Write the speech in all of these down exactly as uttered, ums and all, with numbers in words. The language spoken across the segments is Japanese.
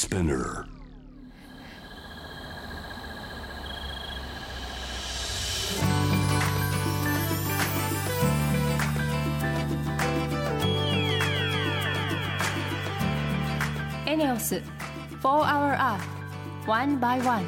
Spinner. ENEOS For Our Earth One by One。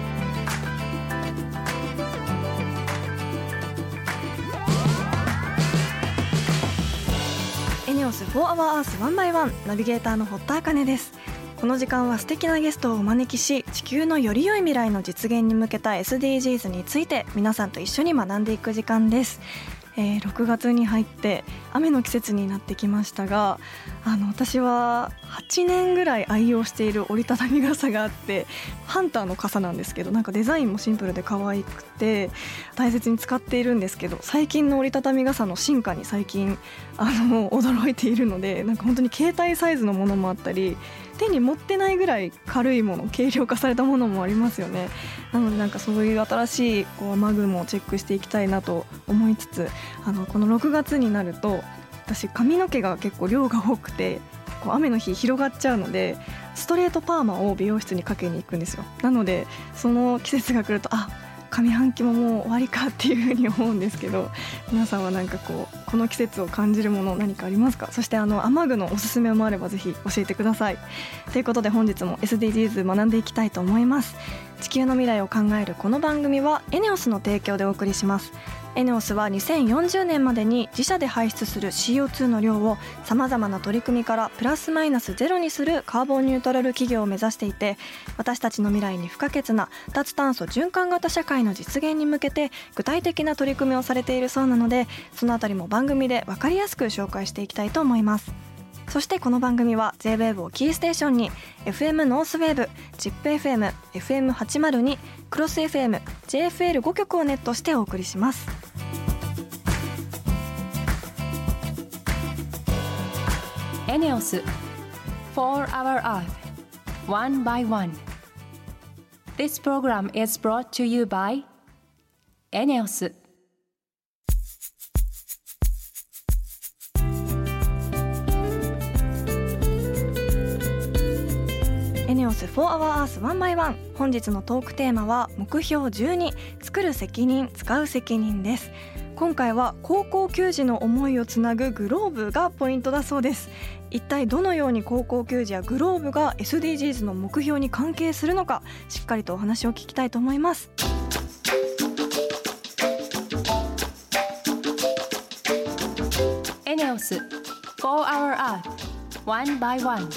エネオス For Our Earth One by One ナビゲーターの堀田茜です。この時間は素敵なゲストをお招きし、地球のより良い未来の実現に向けた エスディージーズ について皆さんと一緒に学んでいく時間です。えー、ろくがつに入って雨の季節になってきましたが、あの私ははちねんぐらい愛用している折りたたみ傘があって、ハンターの傘なんですけど、なんかデザインもシンプルで可愛くて大切に使っているんですけど、最近の折りたたみ傘の進化に最近あの驚いているので、なんか本当に携帯サイズのものもあったり、手に持ってないぐらい軽いもの、軽量化されたものもありますよね。なのでなんかそういう新しいこう雨雲をチェックしていきたいなと思いつつ、あのこのろくがつになると私髪の毛が結構量が多くて、こう雨の日広がっちゃうのでストレートパーマを美容室にかけに行くんですよ。なのでその季節が来ると、あ、上半期ももう終わりかっていうふうに思うんですけど、皆さんはなんかこうこの季節を感じるもの何かありますか？そしてあの雨具のおすすめもあればぜひ教えてください。ということで本日も エスディージーズ 学んでいきたいと思います。地球の未来を考えるこの番組は エネオス の提供でお送りします。エネオス はにせんよんじゅうねんまでに自社で排出する シーオーツー の量をさまざまな取り組みからプラスマイナスゼロにするカーボンニュートラル企業を目指していて、私たちの未来に不可欠な脱炭素循環型社会の実現に向けて具体的な取り組みをされているそうなので、そのあたりも番組で分かりやすく紹介していきたいと思います。そしてこの番組は J-ウェーブ をキーステーションに エフエム ノースウェーブ、ジップエフエム、エフエムはちまるに、クロス エフエム、ジェーエフエルご 曲をネットしてお送りします。 エネオス For Our Earth One by One。 This program is brought to you by エネオス。 エネオス For Our Earth One by One。 本日のトークテーマは目標じゅうに、作る責任、使う責任です。今回は高校球児の思いをつなぐグローブがポイントだそうです。一体どのように高校球児やグローブが エスディージーズ の目標に関係するのか、しっかりとお話を聞きたいと思います。 エネオス For Our Earth One by One。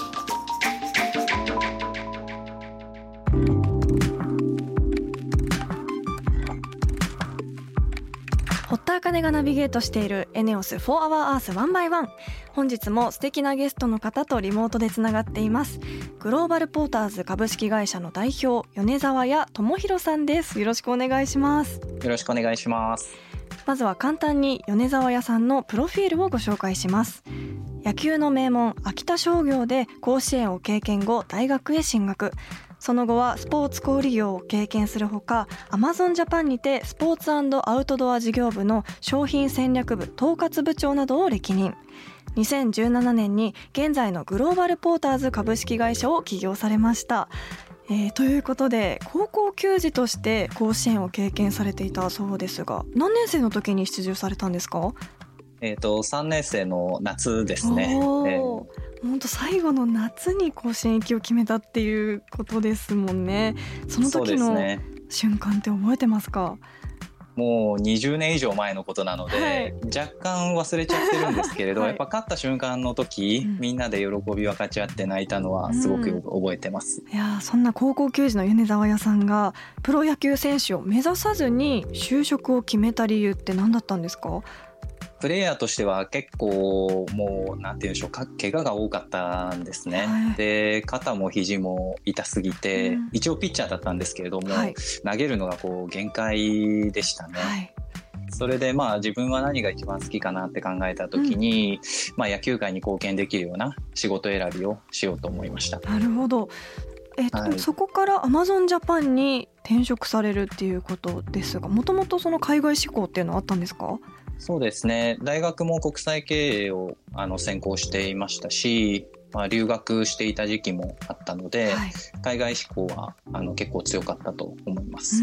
堀田茜がナビゲートしている エネオス For Our Earth One by One。 本日も素敵なゲストの方とリモートでつながっています。グローバルポーターズ株式会社の代表、米沢谷智弘さんです。よろしくお願いします。 よろしくお願いします。 まずは簡単に米沢谷さんのプロフィールをご紹介します。野球の名門秋田商業で甲子園を経験後、大学へ進学。その後はスポーツ小売業を経験するほか、アマゾンジャパンにてスポーツ&アウトドア事業部の商品戦略部統括部長などを歴任。にせんじゅうななねんに現在のグローバルポーターズ株式会社を起業されました。えー、ということで高校球児として甲子園を経験されていたそうですが、何年生の時に出場されたんですか？ えっとさんねん生の夏ですね。 おー、 えー、 本当最後の夏に甲子園行きを決めたっていうことですもんね。その時の瞬間って覚えてますか？ もうにじゅうねん以上前のことなので、はい、若干忘れちゃってるんですけれど、はい、やっぱ勝った瞬間の時、うん、みんなで喜び分かち合って泣いたのはすごくよく覚えてます、うん、 いやそんな高校球児の米沢谷さんがプロ野球選手を目指さずに就職を決めた理由って何だったんですか？ プレイヤーとしては結構もうなんていうんでしょうか、怪我が多かったんですね、はい、で肩も肘も痛すぎて、うん、一応ピッチャーだったんですけれども、はい、投げるのがこう限界でしたね、はい、それでまあ自分は何が一番好きかなって考えた時に、うん、まあ、野球界に貢献できるような仕事選びをしようと思いました。 なるほど。えっと、はい、そこからアマゾンジャパンに転職されるっていうことですが、もともとその海外志向っていうのはあったんですか？ そうですね、大学も国際経営をあの専攻していましたし、 まあ、留学していた時期もあったので、 はい、 海外志向はあの結構強かったと思います。 うん、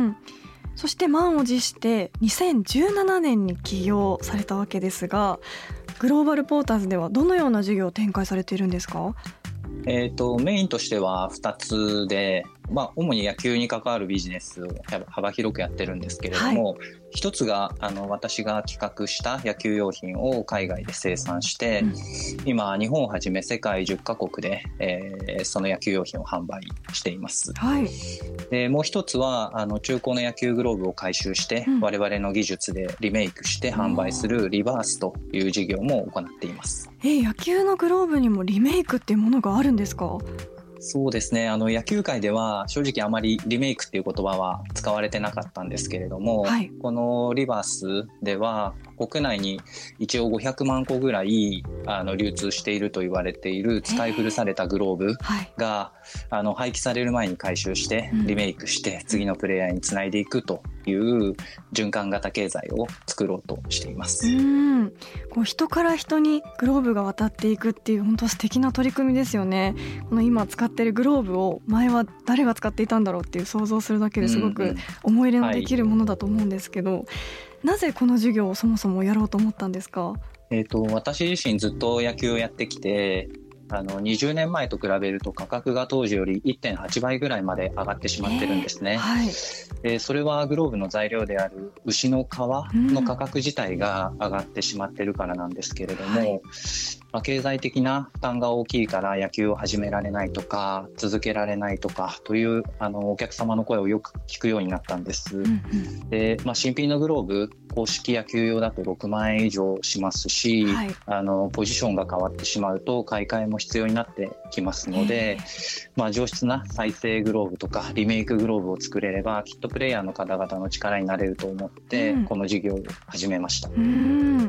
そして満を持してにせんじゅうななねんに起業されたわけですが、グローバルポーターズではどのような事業を展開されているんですか？ えーと、メインとしてはふたつで、まあ、主に野球に関わるビジネスを幅広くやってるんですけれども、はい、一つがあの私が企画した野球用品を海外で生産して、うん、今日本をはじめ世界じゅっかこくで、えー、その野球用品を販売しています、 はい、 でもう一つはあの中古の野球グローブを回収して、うん、我々の技術でリメイクして販売するリバースという事業も行っています。 えー、野球のグローブにもリメイクっていうものがあるんですか？ そうですね、あの野球界では正直あまりリメイクっていう言葉は使われてなかったんですけれども、はい、このリバースでは国内に一応ごひゃくまんこぐらいあの流通していると言われている使い古されたグローブが、はい、あの廃棄される前に回収してリメイクして次のプレイヤーにつないでいくという循環型経済を作ろうとしています。 うん、こう人から人にグローブが渡っていくっていう本当素敵な取り組みですよね。この今使っているグローブを前は誰が使っていたんだろうっていう想像するだけですごく思い入れのできるものだと思うんですけど、うんうん、はい、なぜこの授業をそもそもやろうと思ったんですか？ えーと、私自身ずっと野球をやってきて、あのにじゅうねんまえと比べると価格が当時より いってんはちばいぐらいまで上がってしまってるんですね、 えーはい、 でそれはグローブの材料である牛の皮の価格自体が上がってしまってるからなんですけれども、うん、はい、まあ、経済的な負担が大きいから野球を始められないとか続けられないとかというあのお客様の声をよく聞くようになったんです、うんうん、で、まあ、新品のグローブ公式野球用だとろくまんえん以上しますし、はい、あのポジションが変わってしまうと買い替えも必要になってきますので、まあ、上質な再生グローブとかリメイクグローブを作れればきっとプレイヤーの方々の力になれると思って、うん、この事業を始めました。 うん、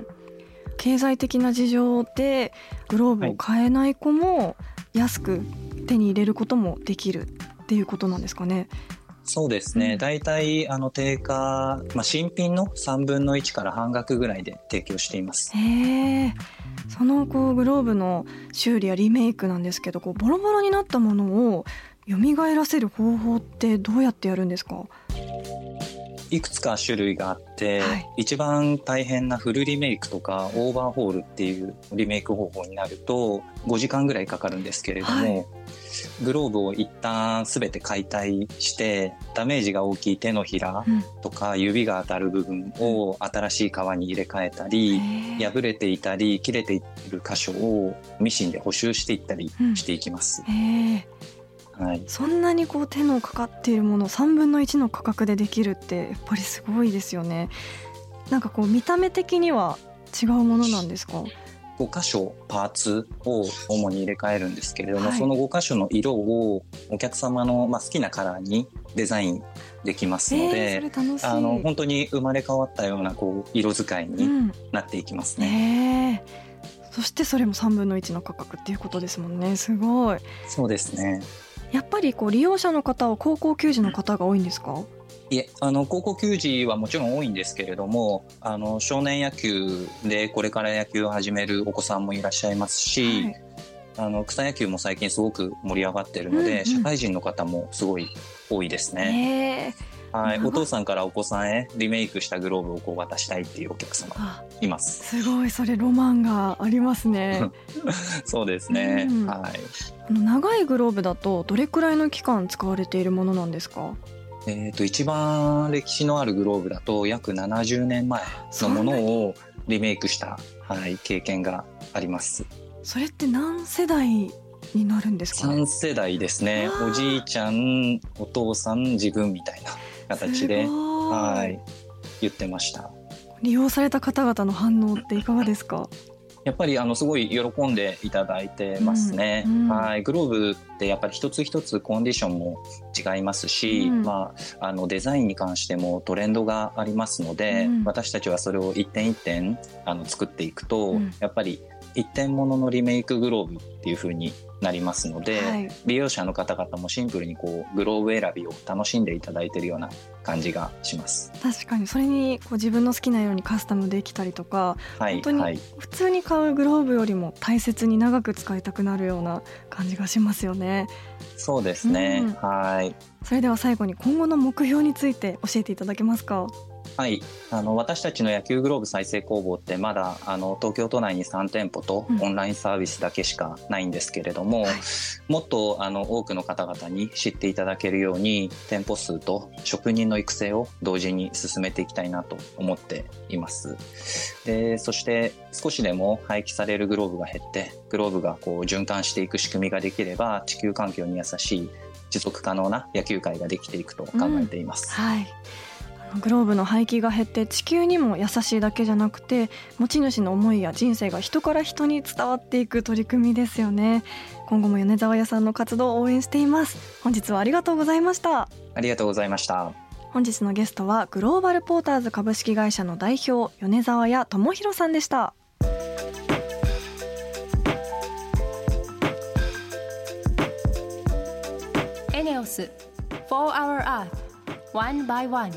経済的な事情でグローブを買えない子も安く手に入れることもできるっていうことなんですかね？ そうですね、うん、だいたいあの定価、まあ、新品のさんぶんのいちから半額ぐらいで提供しています。 へー、そのこうグローブの修理やリメイクなんですけど、こうボロボロになったものを蘇らせる方法ってどうやってやるんですか？ いくつか種類があって、はい、一番大変なフルリメイクとかオーバーホールっていうリメイク方法になるとごじかんぐらいかかるんですけれども、はい、グローブを一旦すべて解体してダメージが大きい手のひらとか指が当たる部分を新しい革に入れ替えたり、破れていたり切れている箇所をミシンで補修していったりしていきます、うん、へー、はい、 そんなにこう手のかかっているものをさんぶんのいちの価格でできるってやっぱりすごいですよね。なんかこう見た目的には違うものなんですか？ ごかしょパーツを主に入れ替えるんですけれども、はい、そのごかしょの色をお客様のまあ好きなカラーにデザインできますので、 えー、それ楽しい。 あの本当に生まれ変わったようなこう色使いになっていきますね、 うん、えー、そしてそれもさんぶんのいちの価格っていうことですもんね。すごい。 そうですね。 やっぱりこう利用者の方は高校球児の方が多いんですか？ いえ、あの高校球児はもちろん多いんですけれども、あの少年野球でこれから野球を始めるお子さんもいらっしゃいますし、はい、あの草野球も最近すごく盛り上がっているので、うんうん、社会人の方もすごい多いですね。はい、お父さんからお子さんへリメイクしたグローブをこう渡したいっていうお客様います。 すごい、それロマンがありますねそうですね、うん、はい、 あの長いグローブだとどれくらいの期間使われているものなんですか？ えー、と一番歴史のあるグローブだと約ななじゅうねんまえのものをリメイクした、はい、経験があります。 それって何世代になるんですかね？ さんせだいですね。おじいちゃん、お父さん、自分みたいな形で、はい、言ってました。 利用された方々の反応っていかがですか？ やっぱりあのすごい喜んでいただいてますね、うんうん、はい、グローブってやっぱり一つ一つコンディションも違いますし、うん、まあ、あのデザインに関してもトレンドがありますので、うん、私たちはそれを一点一点あの作っていくと、うん、やっぱり一点物のリメイクグローブっていう風になりますので、はい、美容者の方々もシンプルにこうグローブ選びを楽しんでいただいているような感じがします。 確かにそれにこう自分の好きなようにカスタムできたりとか、はい、本当に普通に買うグローブよりも大切に長く使いたくなるような感じがしますよね。 そうですね、うん、はい。 それでは最後に今後の目標について教えていただけますか？ はい、あの私たちの野球グローブ再生工房ってまだあの東京都内にさん店舗とオンラインサービスだけしかないんですけれども、うんはい、もっとあの多くの方々に知っていただけるように店舗数と職人の育成を同時に進めていきたいなと思っています。でそして少しでも廃棄されるグローブが減ってグローブがこう循環していく仕組みができれば地球環境に優しい持続可能な野球界ができていくと考えています、 うんはい。グローブの廃棄が減って地球にも優しいだけじゃなくて持ち主の思いや人生が人から人に伝わっていく取り組みですよね。今後も米沢屋さんの活動を応援しています。本日はありがとうございました。 ありがとうございました。 本日のゲストはグローバルポーターズ株式会社の代表米沢屋智博さんでした。 エネオス For Our Earth One by One。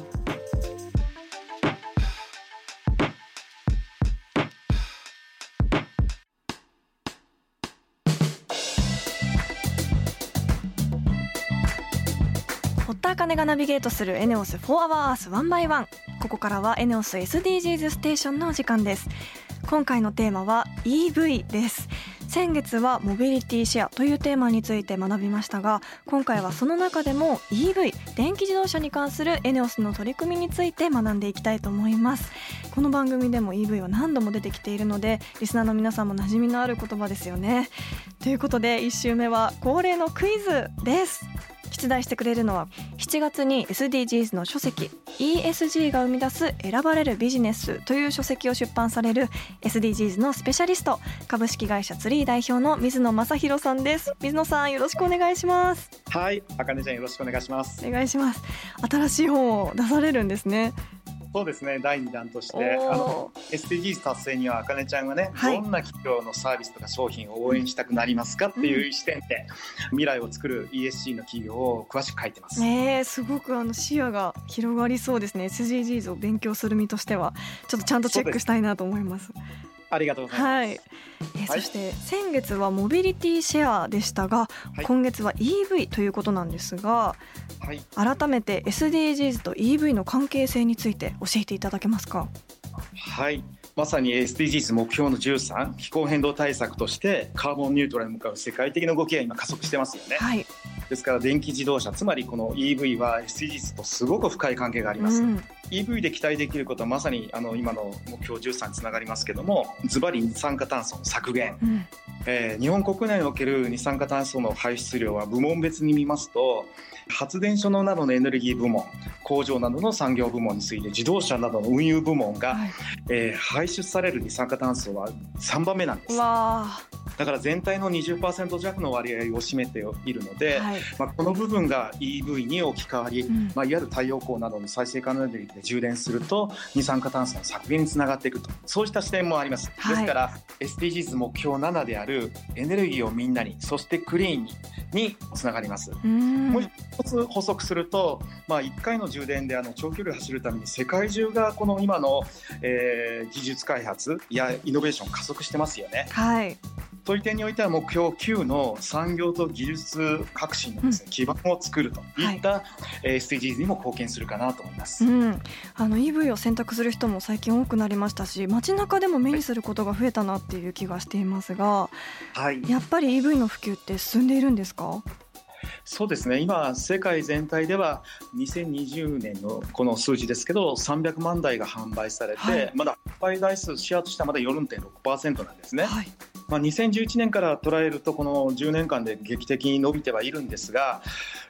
堀田茜がナビゲートするエネオス For Our Earth One by One。ここからはエネオス エスディージーズ ステーションのお時間です。今回のテーマは イーブイ です。先月はモビリティシェアというテーマについて学びましたが、今回はその中でも イーブイ 電気自動車に関するエネオスの取り組みについて学んでいきたいと思います。この番組でも イーブイ は何度も出てきているのでリスナーの皆さんも馴染みのある言葉ですよね。ということでいっ週目は恒例のクイズです。出題してくれるのはしちがつに エスディージーズ の書籍 イーエスジー が生み出す選ばれるビジネスという書籍を出版される エスディージーズ のスペシャリスト株式会社ツリー代表の水野正弘さんです。水野さんよろしくお願いします。 はい、あかねちゃんよろしくお願いします。 お願いします。新しい本を出されるんですね。 そうですね、だいにだんとしてあの エスディージーズ 達成にはあかねちゃんがね、はい、どんな企業のサービスとか商品を応援したくなりますかっていう視点で、うん、未来を作る イーエスジー の企業を詳しく書いてます、 えー、すごくあの視野が広がりそうですね。 エスディージーズ を勉強する身としてはちょっとちゃんとチェックしたいなと思います。 ありがとうございます、 はい。えーはい、そして先月はモビリティシェアでしたが、はい、今月は イーブイ ということなんですが、はい、改めて エスディージーズ と イーブイ の関係性について教えていただけますか？ はい、まさに エスディージーズ 目標のじゅうさん、気候変動対策としてカーボンニュートラルに向かう世界的な動きが今加速してますよね、はい、ですから電気自動車、つまりこの イーブイ は エスディージーズ とすごく深い関係があります、うん、イーブイ で期待できることはまさにあの今の目標じゅうさんにつながりますけども、ズバリ二酸化炭素の削減、うんえー、日本国内における二酸化炭素の排出量は部門別に見ますと、発電所のなどのエネルギー部門、工場などの産業部門に次いで自動車などの運輸部門が、はいえー、排出される二酸化炭素はさんばんめなんです。わー、だから全体の にじゅっパーセント 弱の割合を占めているので、はいまあ、この部分が イーブイ に置き換わり、うんまあ、いわゆる太陽光などの再生可能エネルギーで充電すると二酸化炭素の削減につながっていくと、そうした視点もあります、はい、ですから エスディージーズ 目標ななであるエネルギーをみんなに、そしてクリーンににつながります。もう一つ補足すると、まあ、いっかいの充電であの長距離を走るために世界中がこの今の、えー、技術開発やイノベーション加速してますよね。はいそういう点においては目標きゅうの産業と技術革新のですね、うん、基盤を作るといった、はい、エスディージーズ にも貢献するかなと思います、うん、 あの イーブイ を選択する人も最近多くなりましたし、街中でも目にすることが増えたなっていう気がしていますが、はい、やっぱり イーブイ の普及って進んでいるんですか？ そうですね、今世界全体ではにせんにじゅうねんのこの数字ですけどさんびゃくまんだいが販売されて、はい、まだ販売台数シェアとしてはまだ よんてんろくパーセント なんですね、はいまあ、にせんじゅういちねんから捉えるとこのじゅうねんかんで劇的に伸びてはいるんですが、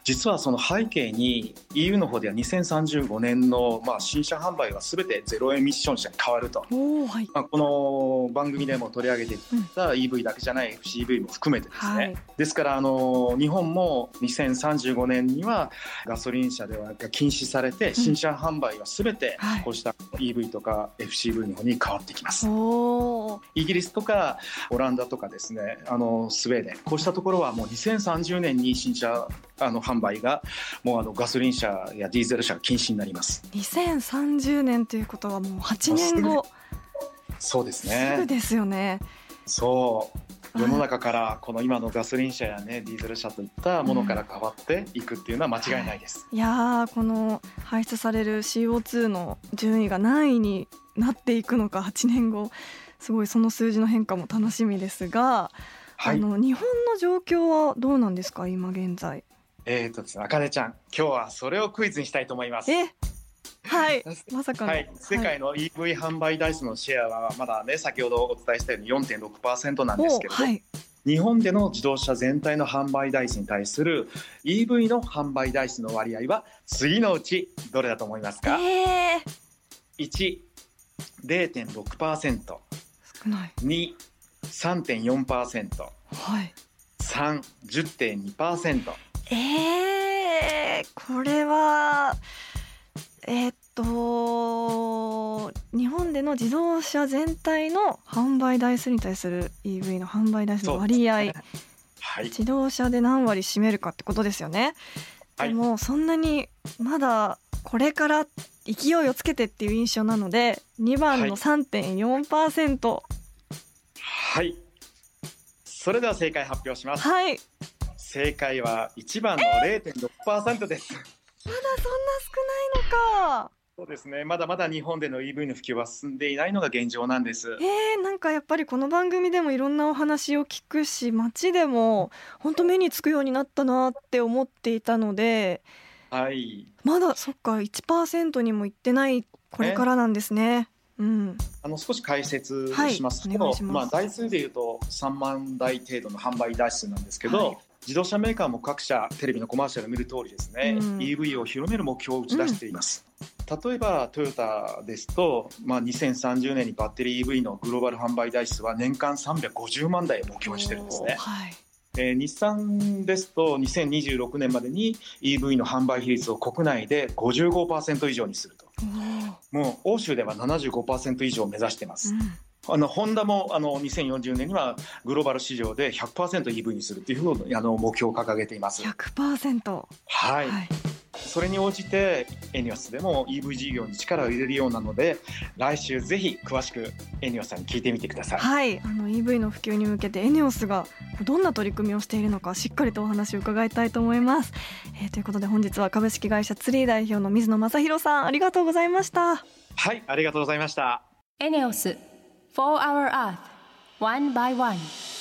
実はその背景に イーユー の方ではにせんさんじゅうごねんのまあ新車販売は全てゼロエミッション車に変わると、はい、まあ、この番組でも取り上げていた イーブイ だけじゃない エフシーブイ も含めてですね、はい、ですからあの日本もにせんさんじゅうごねんにはガソリン車では禁止されて、新車販売は全てこうした イーブイ とか エフシーブイ の方に変わってきます。おイギリスとかオランダとかですね、あのスウェーデン、こうしたところはもうにせんさんじゅうねんに新車あの販売がもうあのガソリン車やディーゼル車が禁止になります。 にせんさんじゅうねんということはもうはちねんご。 そうですね、 すぐですよね。 そう世の中からこの今のガソリン車や、ね、ディーゼル車といったものから変わっていくっていうのは間違いないです、 うん、いやこの排出される シーオーツー の順位が何位になっていくのかはちねんご、すごいその数字の変化も楽しみですが、はい、あの日本の状況はどうなんですか今現在。 えーとですね、あかねちゃん、今日はそれをクイズにしたいと思います。 えはいまさかの、 はい、世界の イーブイ 販売台数のシェアはまだね、先ほどお伝えしたように よんてんろくパーセント なんですけど、はい、日本での自動車全体の販売台数に対する イーブイ の販売台数の割合は次のうちどれだと思いますか。 えー、 いち、れいてんろくパーセント、 少ない。 に、さんてんよんパーセント、 はい、 さん、じゅってんにパーセント。 えー、これはえー、っと日本での自動車全体の販売台数に対する イーブイ の販売台数の割合、ね、はい、自動車で何割占めるかってことですよね、はい、でもそんなにまだこれから勢いをつけてっていう印象なのでにばんの さんてんよんパーセント。 はい、はい、それでは正解発表します。 はい、 正解はいちばんの れいてんろくパーセント です。 まだそんな少ないのか。 そうですね、まだまだ日本での イーブイ の普及は進んでいないのが現状なんです。 えー、なんかやっぱりこの番組でもいろんなお話を聞くし、街でも本当目につくようになったなって思っていたので、 はい、 まだそっか いちパーセント にもいってないこれからなんですね。うん、 あの少し解説しますと、はい、まあ、台数でいうとさんまんだい程度の販売台数なんですけど、はい、自動車メーカーも各社テレビのコマーシャルを見る通りですね、うん、イーブイ を広める目標を打ち出しています、うん、例えばトヨタですと、まあ、にせんさんじゅうねんにバッテリー イーブイ のグローバル販売台数は年間さんびゃくごじゅうまんだいを目標にしてるんですね、はい、えー、日産ですとにせんにじゅうろくねんまでに イーブイ の販売比率を国内で ごじゅうごパーセント 以上にすると、もう欧州では ななじゅうごパーセント 以上を目指しています、うん、あのホンダもあのにせんよんじゅうねんにはグローバル市場で ひゃくパーセントイーブイ にするというふうにあの目標を掲げています。 ひゃくパーセント、 はい、はい、それに応じてエニオスでも イーブイ 事業に力を入れるようなので、来週ぜひ詳しくエニオスさんに聞いてみてください。 はい、あの イーブイ の普及に向けてエニオスがどんな取り組みをしているのかしっかりとお話を伺いたいと思います、えー、ということで本日は株式会社ツリー代表の水野正弘さん、ありがとうございました。 はい、ありがとうございました。 エネオス For Our Earth One by One。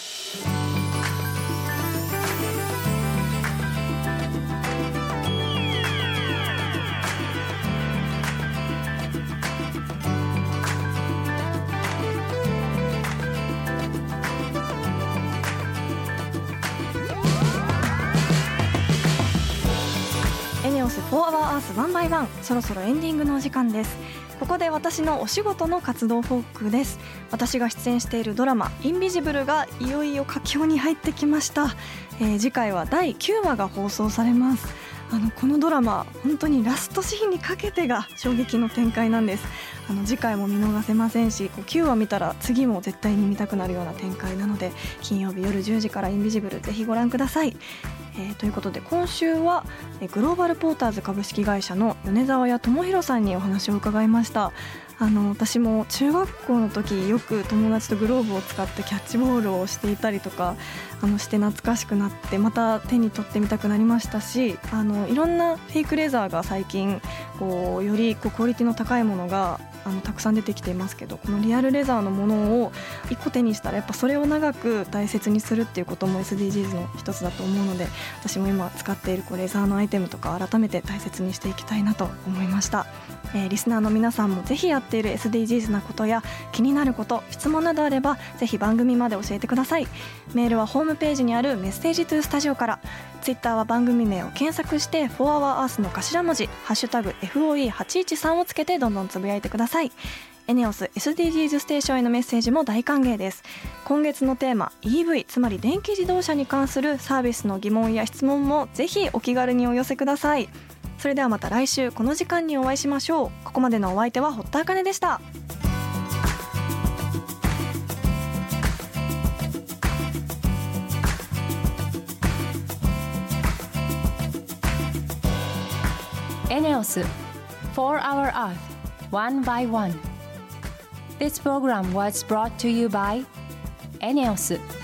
エネオス For Our Earth One by One、 そろそろエンディングのお時間です。ここで私のお仕事の活動報告です。私が出演しているドラマインビジブルがいよいよ佳境に入ってきました、えー、次回はだいきゅうわが放送されます。あのこのドラマ本当にラストシーンにかけてが衝撃の展開なんです。あの次回も見逃せませんし、きゅうわ見たら次も絶対に見たくなるような展開なので、金曜日夜じゅうじからインビジブルぜひご覧ください。えー、ということで今週はグローバルポーターズ株式会社の米沢谷智弘さんにお話を伺いました。あの私も中学校の時よく友達とグローブを使ってキャッチボールをしていたりとかあのして懐かしくなってまた手に取ってみたくなりましたし、あのいろんなフェイクレザーが最近こうよりこうクオリティの高いものがあのたくさん出てきていますけど、このリアルレザーのものをいっこ手にしたらやっぱそれを長く大切にするっていうことも エスディージーズ の一つだと思うので、私も今使っているこうレザーのアイテムとか改めて大切にしていきたいなと思いました。えー、リスナーの皆さんもぜひやっている エスディージーズ なことや気になること、質問などあればぜひ番組まで教えてください。メールはホームページにあるメッセージトゥースタジオから、ツイッターは番組名を検索してフォーアワーアースの頭文字ハッシュタグ エフオーイーはちいちさん をつけてどんどんつぶやいてください。エネオス エスディージーズ ステーションへのメッセージも大歓迎です。今月のテーマ イーブイ、 つまり電気自動車に関するサービスの疑問や質問もぜひお気軽にお寄せください。それではまた来週この時間にお会いしましょう。ここまでのお相手は堀田茜でした。 エネオス For Our Earth One by One. This program was brought to you by エネオス。